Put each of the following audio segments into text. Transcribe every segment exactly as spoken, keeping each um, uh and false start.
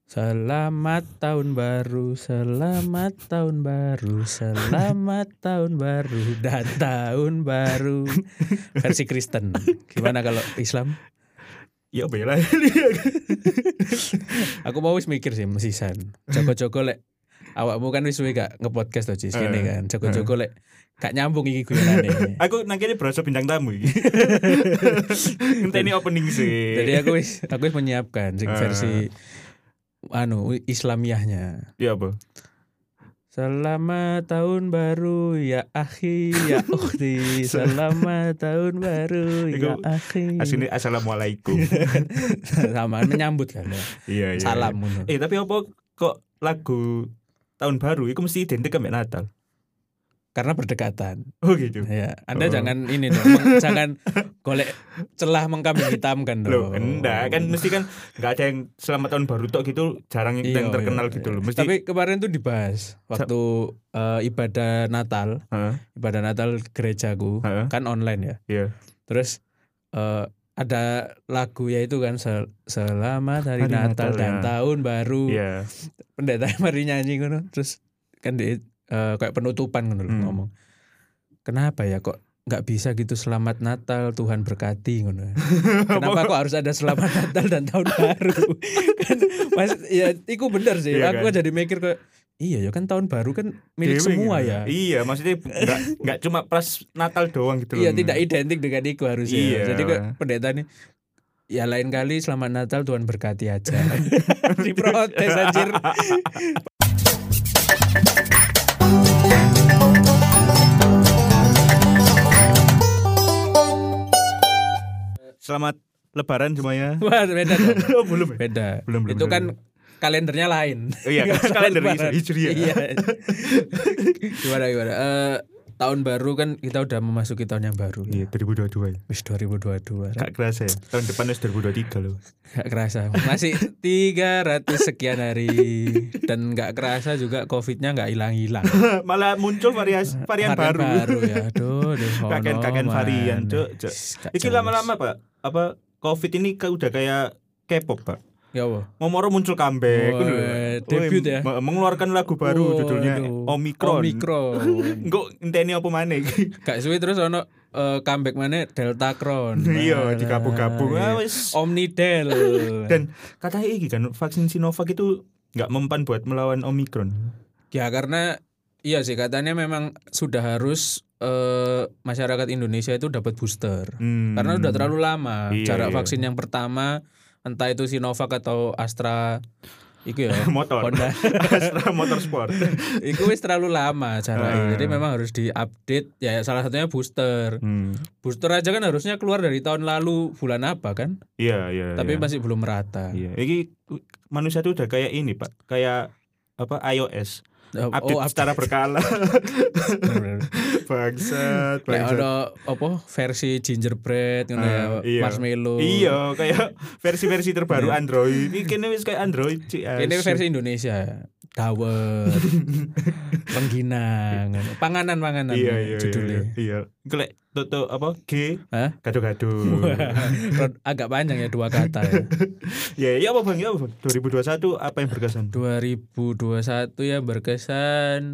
Selamat tahun baru, selamat tahun baru, selamat tahun baru dan tahun baru. Versi Kristen. Gimana kalau Islam? Ya bela. Aku mau wis mikir sih mesisan. Joko-joko lek awakmu kan wis suwe gak nge-podcast to Cis kene kan. Joko-joko lek gak nyambung iki guyonane. Aku nang kene berasa bintang tamu iki. Ngenteni opening sih. Jadi aku wis aku wis menyiapkan sing versi anu Islamiahnya. Iya apa? Selamat tahun baru ya akhi ya ukhti. Selamat tahun baru ya akhi. Asline assalamualaikum. Sama menyambut kan ya. Iya iya. Salam ngono. Eh tapi apa kok lagu tahun baru itu mesti identik sama Natal? Karena berdekatan. Oh gitu. Ya, Anda Oh. jangan ini dong, meng- jangan golek celah mengkambing hitamkan Loh, dong. enggak kan mesti kan enggak ada yang selamat tahun baru tok gitu, jarang yang Iya, terkenal iya, gitu iya. loh. Mesti Tapi kemarin tuh dibahas waktu eh, ibadah Natal, Heeh. ibadah Natal gerejaku Heeh. kan online ya. Iya. Terus eh, ada lagu ya itu kan Sel- Selamat Hari, Hari Natal, Natal, dan ya. Tahun Baru. Iya. Pendeta mari nyanyi ngono. Terus kan di eh, kayak penutupan ngono lho, Hmm. ngomong. Kenapa ya kok nggak bisa gitu Selamat Natal Tuhan berkati ngono. Kenapa kok harus ada Selamat Natal dan Tahun Baru? Kan Mas ya iku bener sih. Iya Aku kan? jadi mikir kok iya ya kan tahun baru kan milik Dewe semua gitu. ya. Iya, maksudnya enggak enggak cuma pas Natal doang gitu loh. Iya tidak identik dengan itu harusnya. Iya. Jadi kok pendeta nih ya lain kali Selamat Natal Tuhan berkati aja. Diprotes anjir. Selamat Lebaran semuanya. Wah beda dong. Oh, belum ya? Beda. Belum, belum, Itu belum. kan kalendernya lain. Oh, iya, kan kalender Lebaran. Hijriah. Iya. Gimana gimana? Eh, tahun baru kan kita udah memasuki tahun yang baru. Iya, Ya. dua ribu dua puluh dua ya. Wis dua ribu dua puluh dua. Gak kerasa ya. Tahun depan wis dua ribu dua puluh tiga loh. Gak kerasa. Masih tiga ratus sekian hari dan gak kerasa juga Covid-nya gak hilang-hilang. Malah muncul variasi varian, baru. baru ya. Aduh, aduh. Kakek-kakek ono varian, maneh. Cuk, Cuk. Gak Iki jelas. lama-lama, Pak. Apa Covid ini ke- udah kayak K-pop, Pak. Ya Allah. Momoro muncul comeback, Wah, ngono lho. debut Woi, ya. me- mengeluarkan lagu baru Waduh. judulnya Omicron. Omicron. Engko enteni apa maneh iki? Gak suwe terus ono eh, comeback mana Delta Cron. Iya, digabung-gabung. Iya. Ah, wis. Omnidel. Dan katanya iki kan vaksin Sinovac itu nggak mempan buat melawan Omicron. Ya karena iya sih katanya memang sudah harus eh, masyarakat Indonesia itu dapat booster. Hmm. Karena udah terlalu lama Iya, jarak iya. vaksin yang pertama entah itu Sinovac atau Astra iku ya motor. Honda. Astra Motorsport. Iku wis terlalu lama jaraknya. Ah. Jadi memang harus diupdate ya salah satunya booster. Hmm. Booster aja kan harusnya keluar dari tahun lalu bulan apa kan? Iya, iya. Tapi iya. masih belum merata. Iya, iki manusia itu udah kayak ini, Pak. Kayak apa iOS. Oh, Update oh, secara berkala. bener-bener. Bangsat, Kayak bangsat. ada apa versi gingerbread ngono ya, Ah, iya. marshmallow. Iya, kayak versi-versi terbaru Iya. Android. Iki kene wis kayak Android sih. Ini versi Indonesia. Dawet. Rengginang. Panganan-panganan Iya, iya, judulnya. Iya. Iya. Iku lek toto apa? G. Hah? Gado-gado. Rod- Agak panjang ya dua kata ya. Ya, iya apa Bang? Ya apa Bang? dua ribu dua puluh satu apa yang berkesan? dua ribu dua puluh satu ya berkesan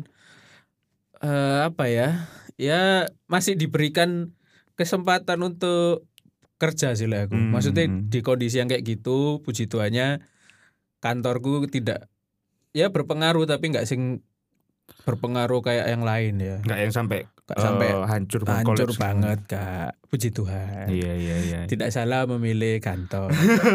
eh apa ya? Ya masih diberikan kesempatan untuk kerja sih lah aku. Hmm. Maksudnya di kondisi yang kayak gitu, puji Tuhannya kantorku tidak ya berpengaruh tapi nggak sing berpengaruh kayak yang lain ya. Enggak yang sampai Nggak sampai eh, hancur hancur collapse. banget Kak. Puji Tuhan. Iya, iya, iya. Tidak salah memilih kantor.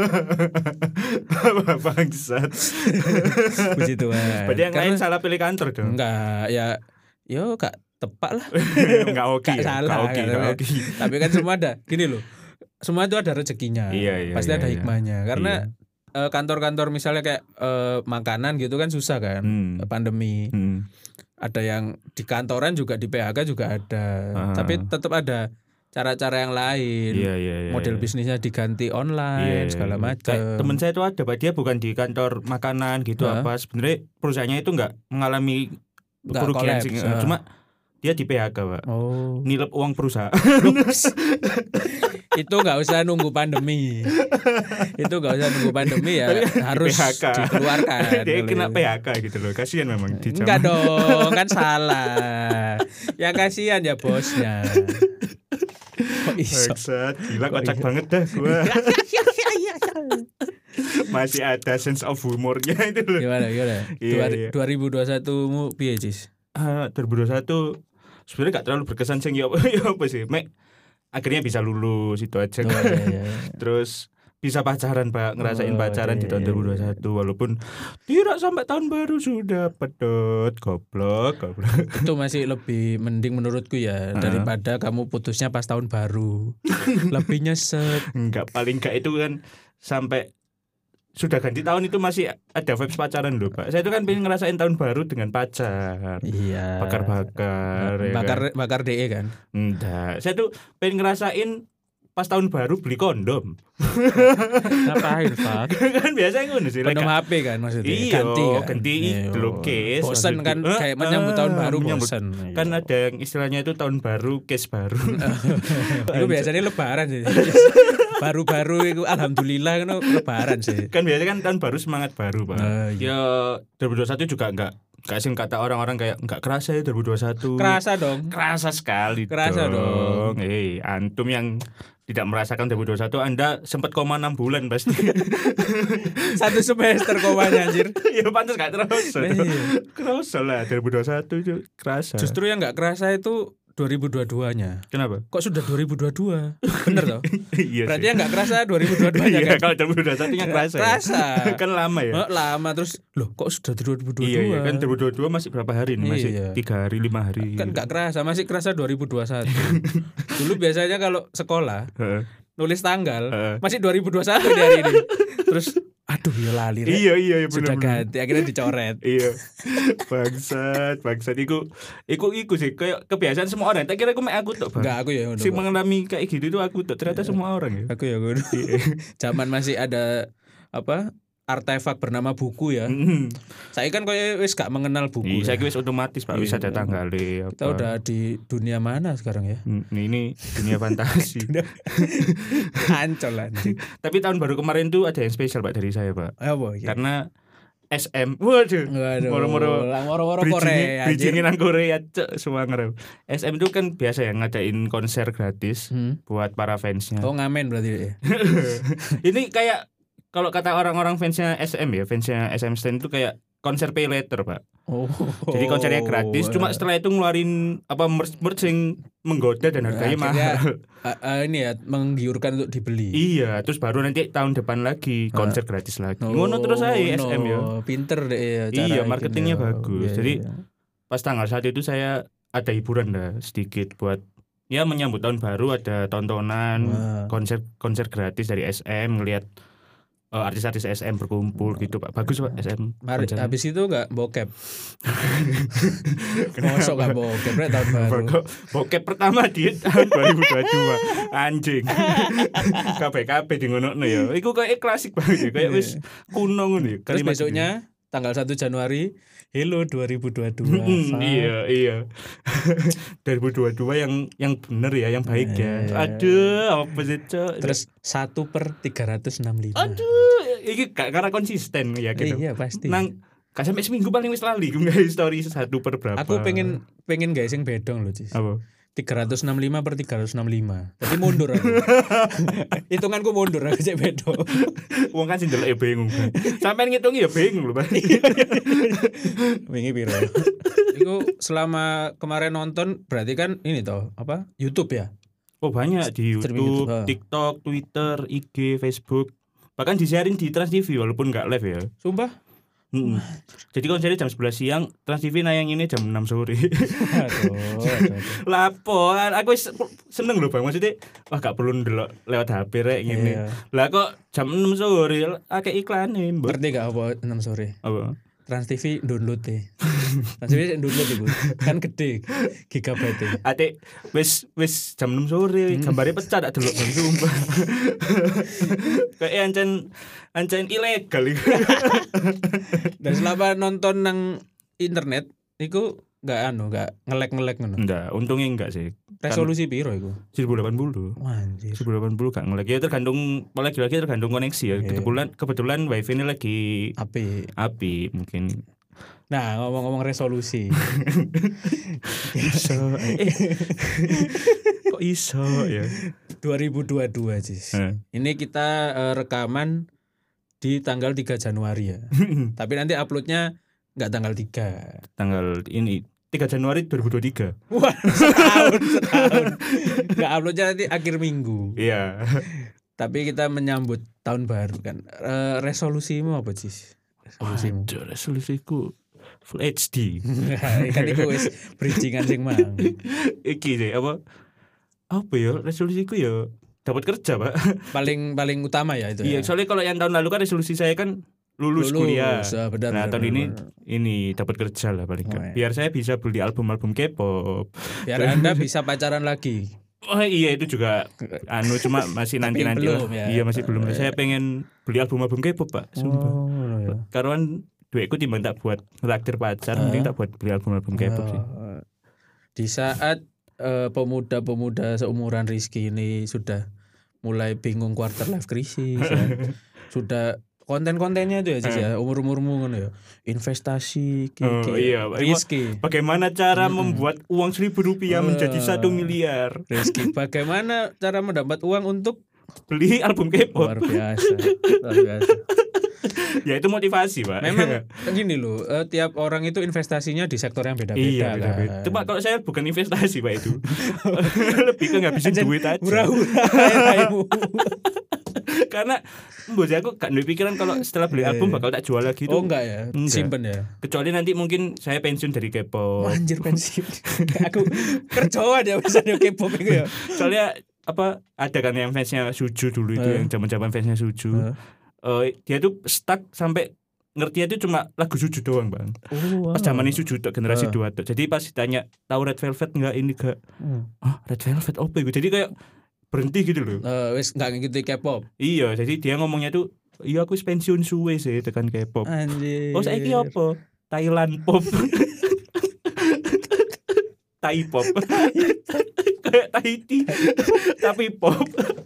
Bangsat. Puji Tuhan. Berarti yang lain Karena- salah pilih kantor dong. enggak ya yo gak tepak lah. Enggak oke. Gak ya? salah, Nggak oke, kan. nggak oke. Tapi kan semua ada gini loh. Semua itu ada rezekinya. Iya, iya, Pasti iya, ada iya. hikmahnya. Karena Iya. eh, kantor-kantor misalnya kayak eh, makanan gitu kan susah kan. Hmm. Pandemi. Hmm. Ada yang di kantoran juga di P H K juga ada. Ah. Tapi tetap ada cara-cara yang lain. Iya, iya, iya. Model iya. bisnisnya diganti Iya, online iya, segala iya. macam. Kayak temen saya itu ada, Pak. Dia bukan di kantor makanan gitu Hah? apa. Sebenarnya perusahaannya itu enggak mengalami Nggak kerugian collapse, sih. ah. Cuma dia di P H K, Pak. Oh. Nilep uang perusahaan. Itu nggak usah nunggu pandemi. Itu nggak usah nunggu pandemi ya, harus P H K. dikeluarkan. Dia Kalau kena itu. P H K gitu loh. Kasihan memang di zaman. Enggak dong, kan salah. Ya kasihan ya bosnya. Kok iso? Bangsat, gila Kok kocak iso? banget dah gua. Masih ada sense of humornya itu loh. Gimana gimana? Iya, Dua- iya. dua ribu dua puluh satu mu piye, Cis? Ah, dua ribu dua puluh satu sebenarnya gak terlalu berkesan sih ya apa ya apa sih. Mek akhirnya bisa lulus itu aja. Oh, kan. iya, iya. Terus bisa pacaran Pak, ngerasain Oh, pacaran iya, di tahun iya, dua ribu dua puluh satu walaupun tidak sampai tahun baru sudah pedot goblok goblok. Itu masih lebih mending menurutku ya daripada kamu putusnya pas tahun baru. Lebih nyesek. Enggak, paling enggak itu kan sampai sudah ganti tahun itu masih ada vibes pacaran loh Pak. Saya itu kan pengen ngerasain tahun baru dengan pacar. Iya. Bakar-bakar ya Bakar kan? bakar D E kan. Enggak, saya tuh pengen ngerasain pas tahun baru beli kondom. Ngapain, Pak? Kan biasanya ngono sih. Penuh like, H P kan maksudnya. Iya, ganti kan. ganti Iya. dulu case, Bosen maksudku. kan Eh, kayak menyambut eh, tahun baru menyambut. bosen. Kan ada yang istilahnya itu tahun baru, case baru. Itu biasanya lebaran sih. Baru-baru itu alhamdulillah kan lebaran sih. Kan biasanya kan tahun baru semangat baru Pak. Oh, iya. Ya dua ribu dua puluh satu juga enggak enggak sing kata orang-orang kayak enggak kerasa ya dua ribu dua puluh satu. Kerasa dong. Kerasa sekali Kerasa dong. Eh, antum yang tidak merasakan dua ribu dua puluh satu Anda sempat koma enam bulan pasti. Satu semester komanya anjir. Ya pantas gak terasa. Iya. Kerasa lah dua ribu dua puluh satu itu kerasa. Justru yang nggak kerasa itu dua ribu dua puluh dua-nya. Kenapa? Kok sudah dua ribu dua puluh dua? Bener toh? Iya Berarti sih. yang nggak kerasa dua ribu dua puluh dua-nya Iya, kan? kalau dua ribu dua puluh satu nya kerasa. ya? Kerasa. Kan lama ya. Oh, lama terus loh kok sudah dua ribu dua puluh dua? Iya, iya kan dua ribu dua puluh dua masih berapa hari nih? Masih Iya. tiga hari, lima hari. Kan nggak kerasa, masih kerasa dua ribu dua puluh satu. Dulu biasanya kalau sekolah Heeh. nulis tanggal Heeh. masih dua ribu dua puluh satu di hari ini. Terus aduh ya lali Rek. Iya, iya, iya Sudah bener-bener. ganti akhirnya dicoret. Iya. Bangsat, bangsat iku iku iku sih kayak kebiasaan semua orang. Tak kira aku mek aku tok, Bang. Enggak aku ya ngono. Si Pak. mengalami kayak gitu itu aku tok. Ternyata semua orang ya. Aku ya ngono. Zaman masih ada apa? Artefak bernama buku ya. Mm. Saya kan kayak wis gak mengenal buku. Iya, ya. saya wis otomatis Pak wis Iya. ada tanggalnya apa. Kita udah di dunia mana sekarang ya? Hmm, ini dunia fantasi. Ancol anjing. Tapi tahun baru kemarin tuh ada yang spesial Pak dari saya Pak. Apa iki? Karena S M, waduh, Waduh. moro-moro Lah, moro-moro bridging- Korea. anjir. bridgingin nang Korea cek semua ngerem. S M itu kan biasa ya ngadain konser gratis Hmm. buat para fansnya. Oh ngamen berarti ya. Ini kayak kalau kata orang-orang fansnya S M ya, fansnya S M Stand itu kayak konser pay later Pak. Oh. Jadi konsernya gratis, cuma setelah itu ngeluarin apa merch merch yang menggoda dan harganya Akhirnya, mahal. uh, uh, ini ya menggiurkan untuk dibeli. Iya, terus baru nanti tahun depan lagi konser gratis lagi. Oh, Ngono terus aja S M ya. Pinter deh ya cara Iya, marketingnya ininya. bagus. Iya, Jadi iya. pas tanggal satu itu saya ada hiburan lah sedikit buat ya menyambut tahun baru, ada tontonan, Wah. konser konser gratis dari S M, ngelihat uh, artis-artis S M berkumpul gitu Pak. Bagus Pak S M. Mari, konsernya. habis itu enggak bokep. Mosok enggak bokep Rek, tahun baru. Bokep, bokep pertama di tahun dua ribu dua puluh dua. Anjing. K B K B di ngono ya. Iku kayak klasik banget ya, kayak wis kuno ngono ya. Terus kalimat besoknya tanggal satu Januari, hello dua ribu dua puluh dua. Mm, Fuck. iya iya dua ribu dua puluh dua yang yang bener ya, yang baik ya. Iya. Aduh apa sih Cok? Terus satu per tiga ratus enam puluh lima. aduh ini gak karena konsisten ya gitu. Iya pasti. Nang gak sampai seminggu paling wis lali gue nggak story satu per berapa. Aku pengen pengen guys yang bedong loh Cis. apa? tiga ratus enam puluh lima per tiga ratus enam puluh lima. Tapi mundur aku. Hitunganku mundur aku cek bedo. Wong kan sing ndelok ya bingung. Sampai ngitung ya bingung lho, Pak. Wingi piro? Iku selama kemarin nonton berarti kan ini toh apa? YouTube ya? Oh banyak di Streaming YouTube, YouTube, ha. TikTok, Twitter, I G, Facebook. Bahkan disiarin di Trans T V walaupun nggak live ya. Sumpah? Mm-mm. Jadi konsernya jam sebelas siang, Trans T V nayang ini jam enam sore. Aduh, aduh, aduh. Lapo, aku wis seneng lho Bang. Maksudnya wah gak perlu ndelok lewat H P rek ngene. Iya. Lah kok jam enam sore akeh iklane, Mbok. Ngerti gak apa enam sore? Apa? Trans T V download deh. Trans T V download iku. Kan gede gigabyte. Ate wis wis jam enam sore, gambare pecah tak delok Bang sumpah. Kayak ancen ancen ilegal iku. Dan selama nonton nang internet iku enggak anu, enggak ngelek-ngelek ngono. Enggak, untungnya enggak sih. Resolusi piro iku? seribu delapan puluh. Anjir. seribu delapan puluh gak ngelek. Ya tergantung lagi-lagi tergantung koneksi ya. Iya. Kebetulan kebetulan wifi ini lagi Api. api mungkin. Nah, ngomong-ngomong resolusi. Iso. Eh. Kok iso ya? dua ribu dua puluh dua, Cis. Eh. Ini kita eh, rekaman di tanggal tiga Januari ya. Tapi nanti uploadnya enggak tanggal tiga. Tanggal ini tiga Januari dua ribu dua puluh tiga. Wah, setahun, setahun. Enggak uploadnya nanti akhir minggu. Iya. Tapi kita menyambut tahun baru kan. Eh, resolusimu apa, Cis? Resolusimu. Waduh, resolusiku full H D. Kan iku wis bridgingan sing mang. Iki sih apa? Apa ya resolusiku ya dapat kerja, Pak. Paling paling utama ya itu. Iya, Ya? soalnya kalau yang tahun lalu kan resolusi saya kan lulus, Lulus, kuliah. ah, benar, Nah, benar, tahun benar, ini benar. ini dapat kerja lah paling Oh, nggak. iya. Biar saya bisa beli album-album K-pop. Biar Anda bisa pacaran lagi. Oh iya itu juga anu cuma masih Tapi nanti-nanti lah. belum ya. Iya masih belum. Saya pengen beli album-album K-pop, Pak. Sumpah. Oh, ya. Karena kan duitku timbang tak buat ngeraktir pacar, Ah. mending tak buat beli album-album K-pop sih. Oh, di saat eh, pemuda-pemuda seumuran Rizky ini sudah mulai bingung quarter life crisis ya. Sudah konten-kontennya itu ya Cis, ya umur-umurmu ngono ya. Investasi ki, Oh, ki, iya, Pak. Rizky. Bagaimana cara Mm-mm. membuat uang seribu rupiah menjadi Eh. satu miliar? Rizky, bagaimana cara mendapat uang untuk Beli album K-pop. luar biasa. Luar biasa. Ya itu motivasi, Pak. Memang gini loh, eh, tiap orang itu investasinya di sektor yang beda-beda Iya, kan. beda-beda. Cuma kalau saya bukan investasi, Pak, itu. Lebih ke ngabisin Anjir, duit aja. Hura-hura raimu. Karena mbok aku gak ada pikiran kalau setelah beli album bakal tak jual lagi itu. Oh enggak ya, Enggak. simpen ya. Kecuali nanti mungkin saya pensiun dari K-pop. Anjir pensiun. Aku kerjaan ya bisa yo K-pop itu ya. Soalnya apa ada kan yang fansnya Suju dulu itu Eh. yang zaman-zaman fansnya Suju. Eh. Eh, dia tuh stuck sampai ngertinya itu cuma lagu Suju doang, Bang. Oh, wow. Pas zaman ini Suju tok generasi Eh. dua tok. Jadi pas ditanya tahu Red Velvet enggak ini enggak? Hmm. Ah, Red Velvet apa itu? Jadi kayak berhenti gitu loh. Eh, wis enggak ngikuti K-pop. Iya, jadi dia ngomongnya tuh, iya aku wis pensiun suwe sih tekan K-pop. Anjir. Oh saiki apa? Thailand pop. Thai pop. Kayak Tahiti. Tapi pop.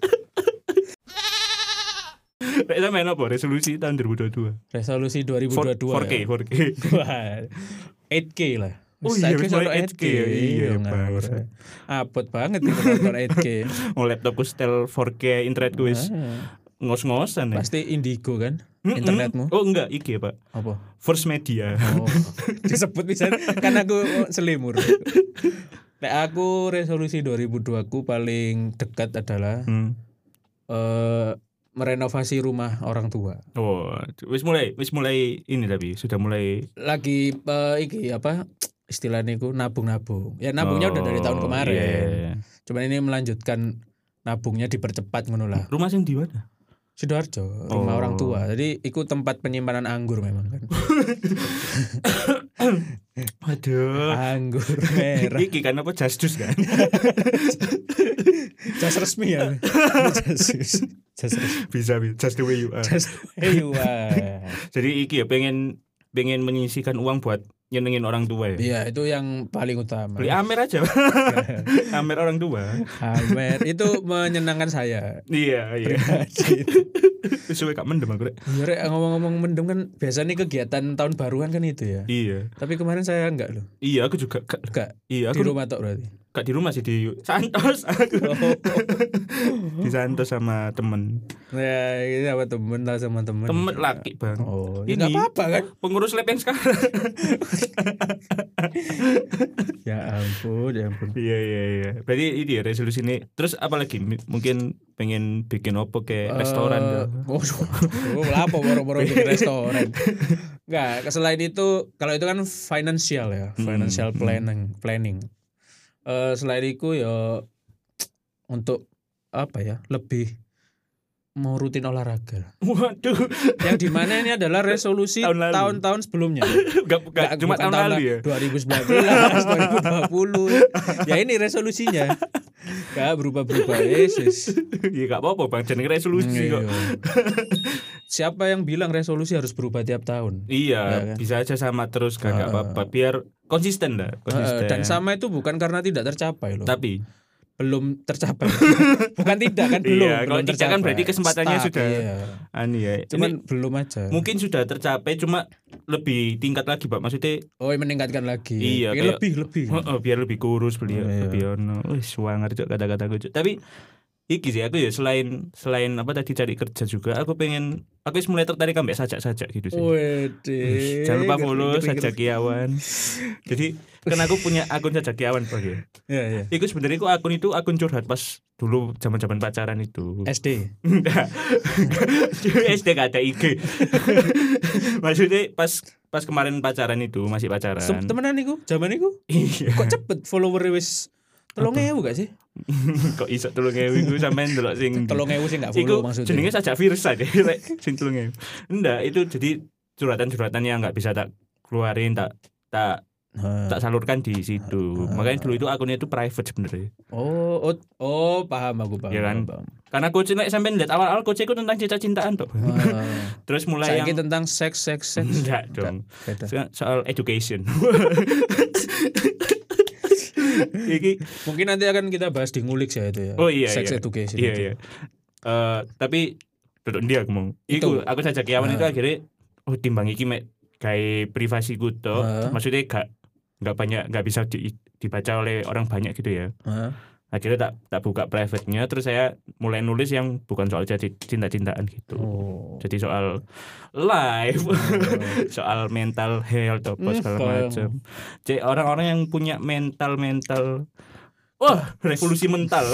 Nek sampean apa resolusi tahun dua ribu dua puluh dua? Resolusi dua ribu dua puluh dua. empat K, ya? empat K. Wah. delapan K lah. Oh iya, Saiki wis sono mulai delapan K. delapan K ya. Iya, ngawur. bangsa. Apot banget nih nonton delapan K. Oh laptopku setel empat K, internetku wis Ah, ngos-ngosan ya. pasti Indigo kan Mm-mm. internetmu. Oh enggak, iki ya, Pak. Apa? First Media. Oh, disebut bisa kan aku selimur. Nek aku resolusi dua ribu dua aku paling dekat adalah Hmm. eh merenovasi rumah orang tua. Oh, wis mulai, wis mulai ini tapi sudah mulai. Lagi eh, iki apa istilahnya itu nabung-nabung. Ya nabungnya udah dari tahun Oh, kemarin. iya. Cuman ini melanjutkan nabungnya dipercepat ngono lah. Rumah sing di mana? Sidoarjo, rumah Oh. orang tua. Jadi itu tempat penyimpanan anggur memang kan. Waduh. Anggur merah. Iki kan apa jas dus kan? Jas resmi ya. Jas jas resmi. Bisa bisa just the way you are. Jas wah. Jadi iki ya pengen pengen menyisihkan uang buat nyenengin orang tua ya. Iya, itu yang paling utama. Beli Amer aja. Amer orang tua. Amer itu menyenangkan saya. Iya, iya. Wis suwe gak mendem aku rek. Ya, Rek, ngomong-ngomong mendem kan biasanya kegiatan tahun baruan kan itu ya. Iya. Tapi kemarin saya enggak loh. Iya, aku juga gak. Enggak. Iya, Di aku rumah tok berarti. gak di rumah sih di Santos. Aku. Di Santos sama temen. Ya, ini apa temen lah sama temen. Temen laki, Bang. Oh, ya Ini. enggak apa-apa kan? Pengurus lab yang sekarang. Ya ampun, ya ampun. Iya iya iya. Berarti ini ya resolusi ini. Terus apa lagi? M- Mungkin pengen bikin apa kayak restoran. Eh, ya? Oh, oh apa boro-boro bikin restoran. Enggak, selain itu kalau itu kan financial ya, Hmm, financial hmm. planning, planning. Eh selain itu ya untuk apa ya? Lebih mau rutin olahraga. Waduh. Yang dimana ini adalah resolusi Tahun lalu. tahun-tahun sebelumnya. Gak, gak, Nggak, cuma bukan tahun lalu ya. dua ribu sembilan belas, dua ribu dua puluh. Ya ini resolusinya. Gak berubah-berubah Yesus. Iya gak apa-apa Bang. Jeneng resolusi kok. siapa yang bilang resolusi harus berubah tiap tahun? Iya, Ya kan? bisa aja sama terus kan nggak Uh, apa-apa. Biar konsisten lah, Uh, konsisten. dan sama itu bukan karena tidak tercapai loh. Tapi belum tercapai. Bukan tidak kan belum. iya, belum kalau tidak kan berarti kesempatannya Stuck, sudah. Iya. Anu ya. Cuman Ini belum aja. mungkin sudah tercapai cuma lebih tingkat lagi, Pak. Maksudnya Oh, meningkatkan lagi. Iya, Pengen kayak- lebih lebih. oh, oh, biar lebih kurus beliau, Oh, iya. lebih ono. Wih, suangar cok kata-kata gue. Tapi iki sih aku ya selain selain apa tadi cari kerja juga aku pengen aku wis mulai tertarik ambek sajak-sajak gitu sih. Wede. Jangan lupa Ngeri, follow ngeri, ngeri. Sajakiawan. Jadi kan aku punya akun Sajakiawan Pak ya. Iya, iya. Iku sebenarnya aku akun itu akun curhat pas dulu zaman-zaman pacaran itu. S D. Enggak. S D gak ada I G. Maksudnya pas pas kemarin pacaran itu masih pacaran. Sem- Temenan iku, zaman iku. Iya. Kok cepet follower wis telung ewu gak sih? Kok iso telung ewu iku sampean delok sing Telung ewu sih gak iku follow maksudnya. jenenge sajak virus aja rek sing telung ewu. Enggak, itu jadi curhatan-curhatan yang enggak bisa tak keluarin, tak tak Hah. tak salurkan di situ. Makanya dulu itu akunnya itu private sebenarnya. Oh, oh, oh, paham aku paham. Iya kan? paham. Karena coach nek sampean lihat awal-awal coach itu tentang cinta-cintaan toh. Ah. Terus mulai Saiki yang tentang seks seks seks. enggak dong. Beda. So- soal education. Iki Mungkin nanti akan kita bahas di ngulik ya itu ya. oh iya Sex iya. education. Iya itu. iya. Eh tapi duduk dia aku mau. Iku Itu. aku saja kiawan Ah. itu akhirnya oh timbang iki mek kayak privasi ku tok. Ah. Maksudnya gak gak banyak gak bisa di- dibaca oleh orang banyak gitu ya. Hah? Akhirnya tak tak buka private-nya terus saya mulai nulis yang bukan soal jadi cinta-cintaan gitu. Oh. Jadi soal life, soal mental health apa Hmm, segala paham. macam. Jadi orang-orang yang punya mental-mental wah, revolusi mental.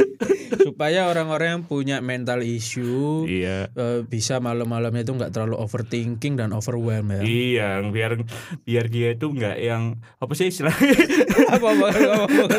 Supaya orang-orang yang punya mental issue Iya. eh, bisa malam-malamnya itu nggak terlalu overthinking dan overwhelm ya. Iya, biar biar dia itu enggak yang apa sih istilahnya? apa apa, apa, apa.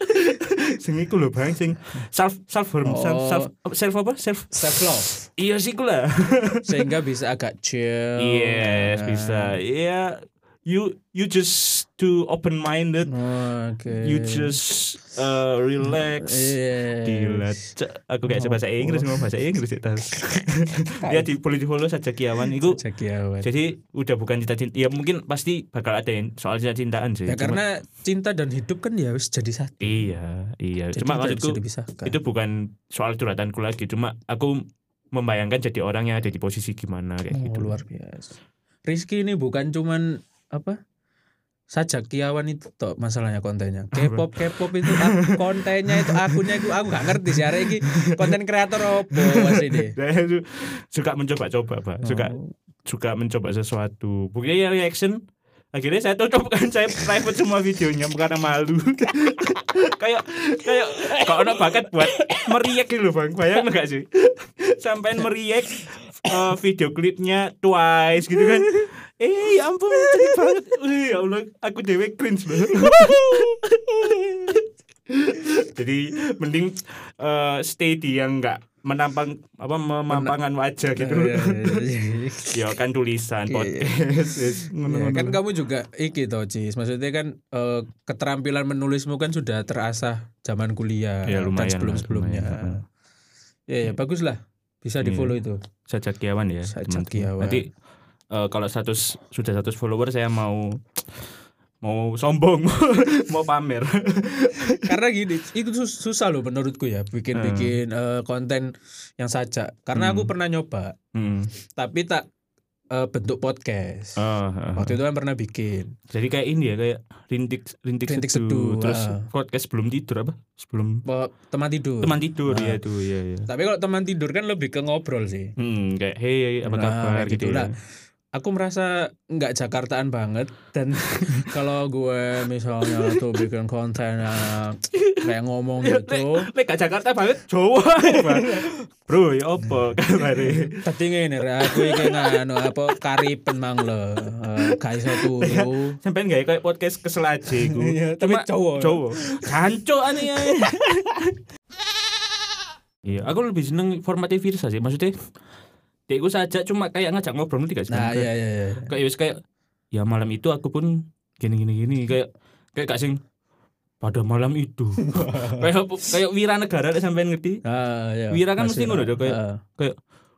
Sing iku lho Bang, sing self self harm, self Oh. self self apa? Self Self love iya sih iku lah. sehingga bisa agak chill. Yes, Nah. bisa. Iya, you you just too open minded. Oh, Oke. You just uh, relax. Yes. Gila, Cak. Aku gak bisa bahasa Inggris, ngomong bahasa Inggris ya tas. Ya di boleh di follow saja Kiawan itu. Sajakiawan. Jadi udah bukan cinta-cinta. Ya mungkin pasti bakal ada yang soal cinta-cintaan sih. Ya Cuma- karena cinta dan hidup kan ya harus jadi satu. iya, iya. Jadi Cuma tidak maksudku bisa dipisahkan. itu bukan soal curhatanku lagi. Cuma aku membayangkan jadi orang yang ada di posisi gimana kayak Oh, gitu. luar biasa. Rizky ini bukan cuman apa? Sajakiawan itu toh masalahnya kontennya. K-pop K-pop itu ak- kontennya itu akunnya itu aku gak ngerti sih hari ini konten kreator opo asli deh. Saya su- suka mencoba-coba, Pak. Suka Oh. suka mencoba sesuatu. Buktinya ya reaction. Akhirnya saya tutup kan, saya private semua videonya karena malu. kayak kayak kalau ada bakat buat meriak gitu loh Bang. Bayang enggak sih? Sampai meriak uh, video klipnya Twice gitu kan. Eh ya ampun cantik banget. Wih, ya Allah, aku dewe cringe loh. Jadi mending uh, stay di yang enggak menampang apa memampangkan wajah gitu. Iya, iya, iya. Ya kan tulisan Iya. podcast. Yes, Ya, ngono-ngono. kan kamu juga iki toh Cis. Maksudnya kan eh, keterampilan menulismu kan sudah terasah zaman kuliah Ya, lumayan dan lah, sebelum-sebelumnya. lumayan. Ya ya bagus lah. Bisa Iya. di-follow itu. Sajakiawan ya Sajakiawan. teman-teman. Nanti eh, kalau status sudah status follower saya mau mau sombong mau pamer. Karena gini, itu sus- susah loh menurutku ya bikin-bikin eh, konten yang sajak. Karena aku Hmm. pernah nyoba, Hmm. tapi tak eh, bentuk podcast. Oh, oh, oh. Waktu itu kan pernah bikin. Jadi kayak ini ya kayak rintik rintik, Rintik seduh. seduh, Terus ah. podcast sebelum tidur apa? Sebelum Oh, teman tidur. teman tidur Ah. ya itu ya ya. Tapi kalau teman tidur kan lebih ke ngobrol sih. Hmm, kayak hey apa Nah, kabar kayak gitu gitu. ya. Nah, aku merasa nggak Jakartaan banget dan kalau gue misalnya tuh bikin konten yang kayak ngomong gitu, Lek gak Jakarta banget Jawa. Bang. Bro, ya apa kabare? tadi ngene rek aku iki nganu apa karipen mang lo, eh, gak iso turu. Sampai nggak kayak podcast kesel aja iku. Iya, tapi Cuma Jawa. Jawa. Jancuk ane ya. Iya, aku lebih seneng formatnya Virsa sih. Maksudnya dia iku saja cuma kayak ngajak ngobrol nanti gak sih? Nah, iya iya iya. Kayak wis kayak ya malam itu aku pun gini gini gini kayak kayak gak sing pada malam itu. kayak kayak Wira Negara sampean ngerti? Ah, iya. Wira kan Masih, mesti ngono dong, kayak- ah. Kayak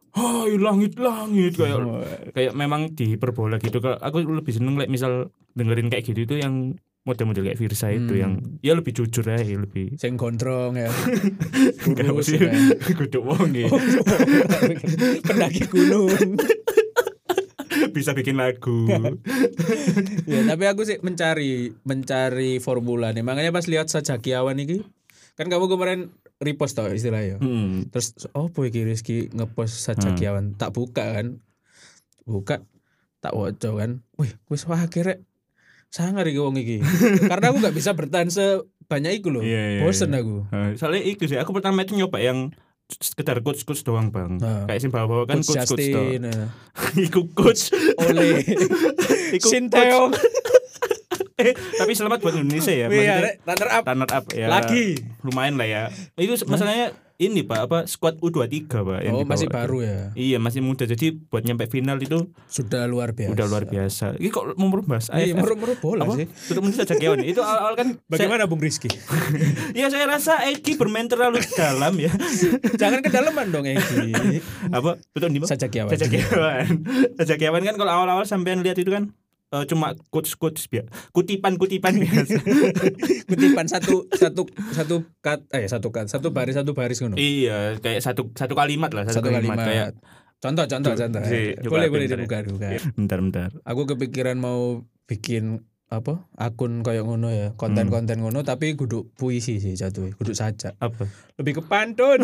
hai langit-langit kayak Oh. kayak memang dihiperbola gitu. Kalau aku lebih seneng like, misal dengerin kayak gitu itu yang model-model kayak Virsa itu Hmm. yang ya lebih jujur ya, lebih Sing gondrong ya. enggak Kurus sih ya. kudu wong ya. Oh, pendaki gunung. Bisa bikin lagu. Ya, tapi aku sih mencari mencari formula nih. Makanya pas lihat Sajakiawan ini kan kamu kemarin repost tau istilahnya. Hmm. Terus oh boy Rizky ngepost Sajakiawan, tak buka kan. Buka tak woco kan. Wih, wis wah akhirnya sangar iki wong iki. Karena aku gak bisa bertahan sebanyak itu loh. Iya, iya, Bosen iya. aku. Nah, soalnya itu sih aku pertama itu nyoba yang sekedar coach-coach doang bang. Nah. Kayak sih bawa-bawa kan Coach coach-coach doang. Justin, nah. Iku coach Oleh Iku Sinteyong. eh tapi selamat buat Indonesia ya. Iya, Maksudnya Rek, runner up. runner up ya. Lagi. Lumayan lah ya. Itu masalahnya ini Pak, apa squad U dua puluh tiga Pak yang Oh, dibawa masih itu. baru ya. Iya, masih muda. Jadi buat nyampe final itu Sudah luar biasa. udah luar biasa. Ini kok mau merubah Iya, meru-meru bola apa? sih. Tutup menit saja Kiawan. Itu awal-awal kan Bagaimana Bung Rizky? saya, ya saya rasa Eki bermain terlalu dalam ya. Jangan kedalaman dong Egi. Apa? Tutup di Sajakiawan. Sajakiawan. Sajakiawan kan kalau awal-awal sampean lihat itu kan uh, cuma quotes-quotes biasa. Kutipan-kutipan biasa. Kutipan satu satu satu kat eh satu kat satu baris satu baris ngono. Iya, kayak satu satu kalimat lah, satu, Satu kalimat. kayak Contoh contoh contoh. si- Eh, coba Boleh boleh bentar ya. dibuka dibuka. bentar bentar. Aku kepikiran mau bikin apa akun kayak ngono ya, konten-konten ngono tapi kudu puisi sih jatuh, kudu sajak. Apa? Lebih ke pantun.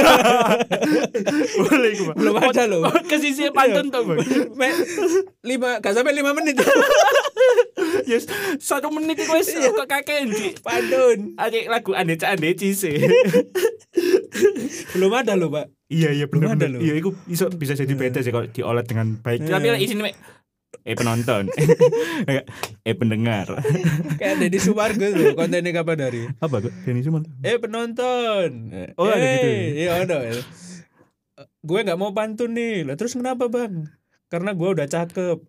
Boleh gue. Belum ada loh. Ke sisi pantun tuh, Bang. Me- lima gak sampai lima menit. Yes, satu menit itu wis kok kakek Ci. Pantun. Adik lagu Andeca Andeci sih. Belum ada loh, Pak. Iya iya Belum benar ada benar. loh. Iya, itu bisa bisa jadi beda sih kalau diolah dengan baik. Iya. Tapi lah isinya mek eh penonton. eh pendengar. Kayak Deddy Sumargo tuh kontennya kapan dari? Apa kok? Denny Suman. Eh penonton. Oh, ada gitu ya? Iya ada. Gue nggak mau pantun nih. Lah terus kenapa bang? Karena gue udah cakep.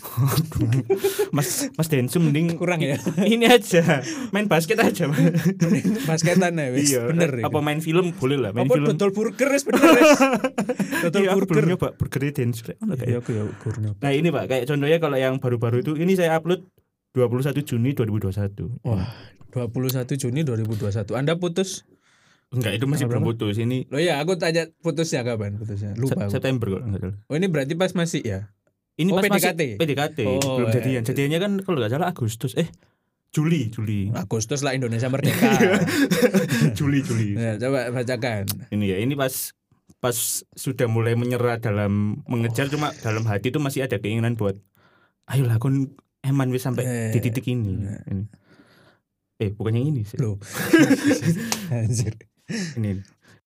Mas Mas Densu mending Kurang ya. ini aja main basket aja. Basketan ya wis. Iya, Bener. apa main film boleh lah, main Apa film. dodol burger wis bener wis. Dodol Iya, aku burger. belum nyoba burger Densu. Oh, Iya aku ya burger. Nah ini Pak, kayak contohnya kalau yang baru-baru itu ini saya upload dua puluh satu Juni dua ribu dua puluh satu. Wah, dua puluh satu Juni dua ribu dua puluh satu. Anda putus? Enggak, itu masih Tanggal belum putus. Ini Loh ya, aku tanya putusnya kapan putusnya? Lupa. Sep- aku. September kok enggak salah. Oh ini berarti pas masih ya? Ini Oh, pas P D K T? masih P D K T, Oh, belum iya. jadian. Jadiannya kan kalau enggak salah Agustus. Eh, Juli, Juli. Agustus lah Indonesia merdeka. Juli, Juli. Nah, coba bacakan. Ini ya, ini pas pas sudah mulai menyerah dalam mengejar, cuma dalam hati itu masih ada keinginan buat ayolah kon eman wis sampai Eh. di titik ini. Ini. Eh, bukan yang ini sih. Loh. Anjir. Ini.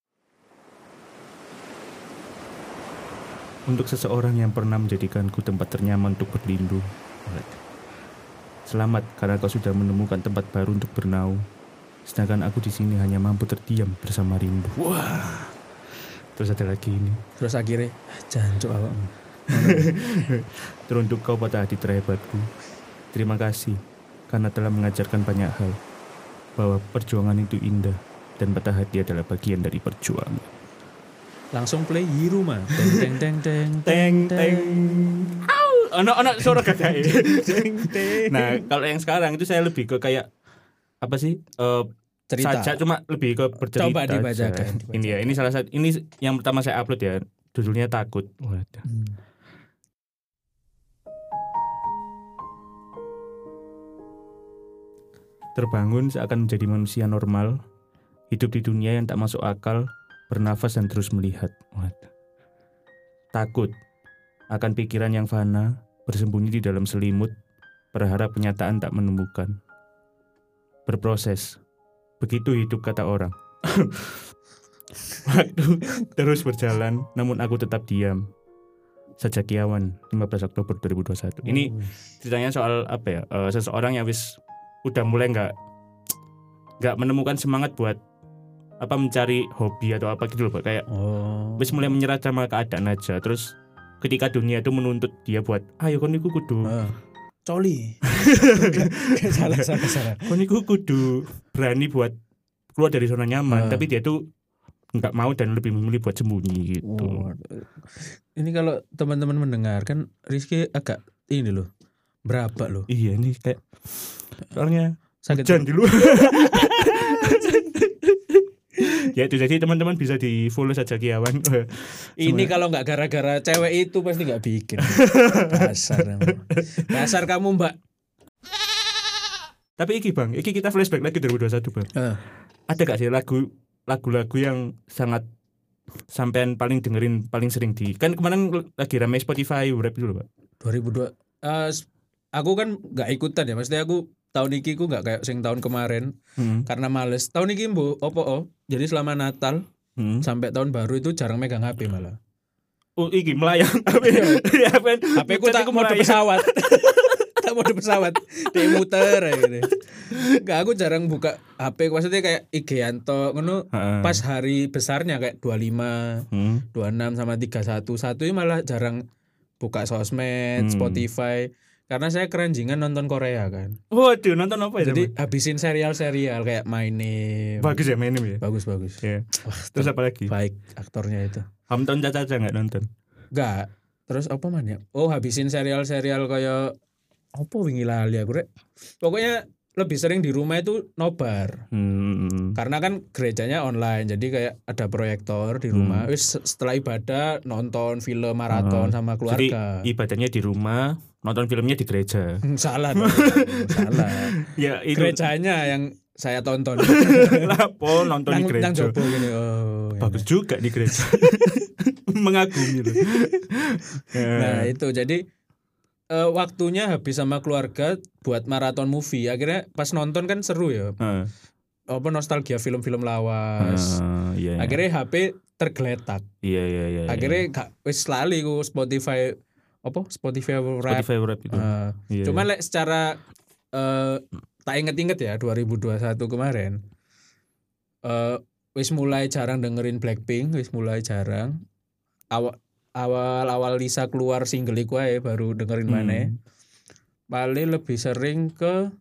Untuk seseorang yang pernah menjadikanku tempat ternyaman untuk berlindung. Selamat karena kau sudah menemukan tempat baru untuk bernaung. Sedangkan aku di sini hanya mampu terdiam bersama rindu. Wah. Terus ada lagi ini. Terus akhirnya jancuk awakmu. Teruntuk kau patah hati terhebatku. Terima kasih karena telah mengajarkan banyak hal. Bahwa perjuangan itu indah dan patah hati adalah bagian dari perjuangan. Langsung play Hero mah. Teng teng teng Teng teng. Au, ono ono suara gagahe. teng teng. Nah, kalau yang sekarang itu saya lebih ke kayak apa sih? Eh Cerita. Saja cuma lebih ke bercerita. Coba dibacakan, aja. dibacakan. Ini ya, ini salah satu ini yang pertama saya upload ya. Judulnya Takut. Waduh. Hmm. Terbangun seakan menjadi manusia normal, hidup di dunia yang tak masuk akal, bernafas dan terus melihat. Waduh. Takut akan pikiran yang fana, bersembunyi di dalam selimut, berharap kenyataan tak menemukan. Berproses, begitu hidup kata orang. Waktu terus berjalan, namun aku tetap diam. Sajakiawan, lima belas Oktober dua ribu dua puluh satu. Ini ceritanya soal apa ya? Uh, seseorang yang wis udah mulai nggak nggak menemukan semangat buat apa mencari hobi atau apa gitu loh, Pak. Kayak Oh. wis mulai menyerah sama keadaan aja. Terus ketika dunia itu menuntut dia buat ayo kon iku kudu Ah. Coli. salah salah salah. kon iku kudu berani buat keluar dari zona nyaman, Ah. tapi dia tuh nggak mau dan lebih memilih buat sembunyi gitu. Oh, ini kalau teman-teman mendengar kan Rizky agak ini loh. Berapa loh? Iya ini kayak soalnya Sakit hujan di luar. Ya itu jadi teman-teman bisa di follow saja Kiawan. Ini kalau nggak gara-gara cewek itu pasti nggak bikin. Dasar, dasar kamu mbak. Tapi iki bang, iki kita flashback lagi dua ribu dua puluh satu bang. Uh. Ada gak sih lagu lagu-lagu yang sangat sampean paling dengerin paling sering di kan kemarin lagi rame Spotify rap dulu pak. dua ribu dua uh, aku kan nggak ikutan ya, maksudnya aku tahun ini aku nggak kayak sing tahun kemarin hmm. karena males. Tahun ini bu opo oh jadi selama Natal hmm. sampai tahun baru itu jarang megang H P malah. Oh iki melayang H P. H P ku tak mode pesawat. Tak mode pesawat. Dia muter gitu. Enggak, aku jarang buka H P, maksudnya kayak I G Anto ngono pas hari besarnya kayak dua puluh lima, hmm. dua puluh enam sama tiga puluh satu. Satu ini malah jarang buka sosmed, hmm. Spotify. Karena saya keranjingan nonton Korea kan. Waduh, nonton apa ya? Jadi habisin serial-serial kayak My Name. Bagus ya My Name ya? Bagus-bagus. Yeah. Wah, terus apa lagi? Baik aktornya itu. Hamton Caca enggak nonton? Enggak. Terus apa man ya? Oh, habisin serial-serial kayak apa wingi lali aku rek. Pokoknya lebih sering di rumah itu nobar. Hmm. Karena kan gerejanya online. Jadi kayak ada proyektor di rumah. Hmm. Wis setelah ibadah nonton film maraton hmm. sama keluarga. Jadi ibadahnya di rumah, nonton filmnya di gereja. Salah dong. Salah. Ya, itu. Gerejanya yang saya tonton. Lapo nonton nang, di gereja. Nang jopo gini. Oh, bagus ya. Juga di gereja. Mengagumi loh. Nah, itu jadi uh, waktunya habis sama keluarga buat maraton movie. Akhirnya pas nonton kan seru ya. Uh. Apa nostalgia film-film lawas. Uh, iya, iya. Akhirnya H P tergeletak. Iya iya iya. Akhirnya gak wis lali ku Spotify apa Spotify rap. Spotify rap itu. Uh, iya, cuma iya. Lek secara uh, tak inget-inget ya dua ribu dua puluh satu kemarin. Uh, wis mulai jarang dengerin Blackpink, wis mulai jarang. Awal awal-awal Lisa keluar single iku ae baru dengerin hmm. maneh. Paling lebih sering ke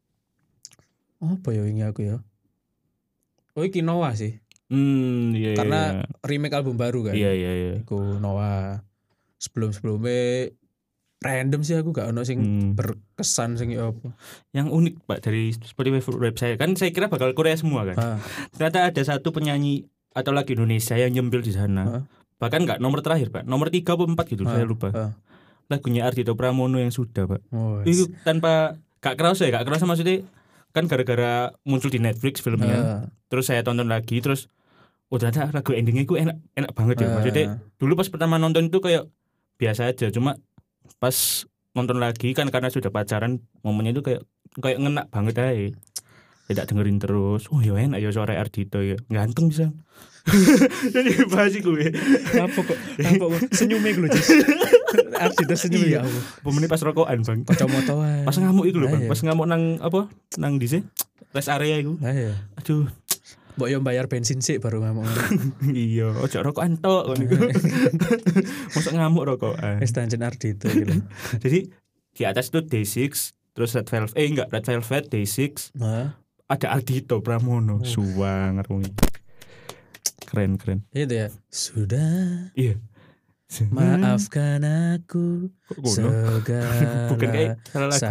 apa ya ini aku ya? Oh iki Noah sih. Hmm, iya, karena iya. remake album baru kan. Iya iya iya. Iku Noah. Sebelum-sebelumnya random sih aku gak ono sing hmm. berkesan sing apa. Yang unik Pak dari Spotify rap saya kan saya kira bakal Korea semua kan. Ha. Ternyata ada satu penyanyi atau lagu Indonesia yang nyempil di sana. Ha. Bahkan enggak nomor terakhir Pak, nomor tiga atau empat gitu, ha. Saya lupa. Ha. Lagunya Ardhito Pramono yang sudah Pak. Oh, itu tanpa gak kerasa ya, gak kerasa maksudnya kan gara-gara muncul di Netflix filmnya. Ha. Terus saya tonton lagi terus oh ternyata lagu endingnya itu enak enak banget ya. Ha. Maksudnya dulu pas pertama nonton itu kayak biasa aja, cuma pas nonton lagi kan karena sudah pacaran momennya itu kayak kayak ngena banget aja. Tidak dengerin terus. Oh ya enak ya suara Ardhito ya. Ganteng bisa. Jadi bahas gue. Apa kok? Apa kok? Senyumnya gue Jis. Ardhito senyum ya Allah. Pemene pas rokokan Bang. Kacamataan. Pas ngamuk iku lho Bang. Pas ngamuk nang apa? Nang di rest area iku. Aduh. Mbok yo bayar bensin sih baru ngamuk. Iya, ojo rokokan tok ngono iku. Mosok ngamuk rokokan. Wis tanjen Ardhito gitu. Jadi di atas itu Day six, terus Red Velvet eh enggak Red Velvet Day six. Heeh. Ada Ardhito Pramono, oh. Suwang ngarung. Keren-keren. Itu ya. Sudah. Iya. Maafkan aku segala bukan kayak salah lagu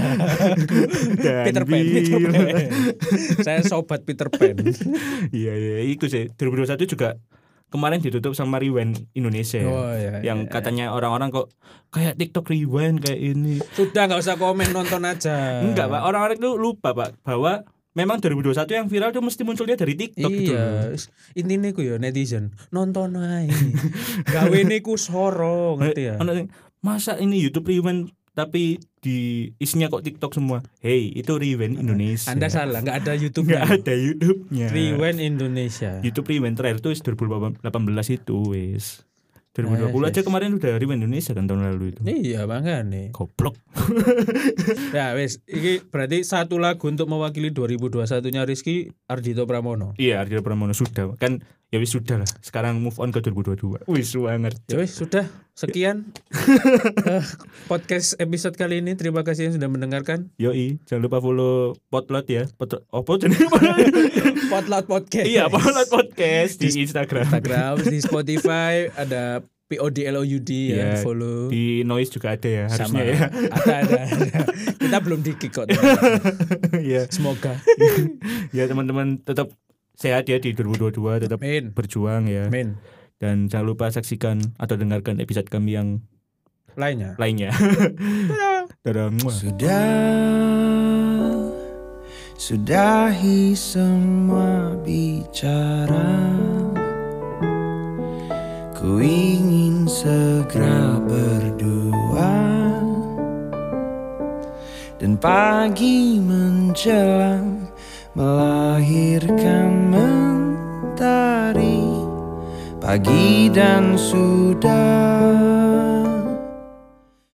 Peter Pan, Peter Pan. Saya sobat Peter Pan. Iya iya itu sih dua ribu dua puluh satu juga kemarin ditutup sama Rewind Indonesia oh, iya, yang iya, katanya orang-orang kok kayak TikTok Rewind kayak ini. Sudah nggak usah komen, nonton aja. Enggak Pak, orang-orang itu lupa Pak bahwa memang dua ribu dua puluh satu yang viral tuh mesti munculnya dari TikTok gitu. Iya, intine ku ya netizen nonton ae. Gawe niku soro ngerti ya. Masa ini YouTube Rewind tapi di isinya kok TikTok semua. Hey, itu Rewind Indonesia. Anda salah, enggak ada YouTube-nya. Enggak ada YouTube-nya. Rewind Indonesia. YouTube Rewind terakhir itu dua ribu delapan belas itu wis. dua ribu dua puluh eh, aja kemarin udah Rewind Indonesia kan tahun lalu itu. Iya makanya. Goblok. Ya wes, ini berarti satu lagu untuk mewakili dua ribu dua puluh satu-nya Rizky Ardhito Pramono. Iya Ardhito Pramono sudah. Kan ya wis sudah lah. Sekarang move on ke dua ribu dua puluh dua. Wis banget. Ya wis sudah sekian uh, podcast episode kali ini. Terima kasih yang sudah mendengarkan. Yoi, jangan lupa follow Potlot ya. Pot apa jenenge? Potlot Podcast. Iya, Potlot Podcast di Instagram. Instagram, di Spotify ada P O D L O U D ya, Iya, follow. Di Noise juga ada ya, Sama. harusnya ya. Ada, ada, ada. Kita belum di-kick kok. Iya. Semoga. Ya teman-teman tetap sehat ya di dua ribu dua puluh dua, tetap Amin. berjuang ya. Amin. Dan jangan lupa saksikan atau dengarkan episode kami yang Lainnya. lainnya. Dadah. Sudah, sudahi semua bicara. Ku ingin segera berdua, dan pagi menjelang melahirkan mentari. Pagi dan sudah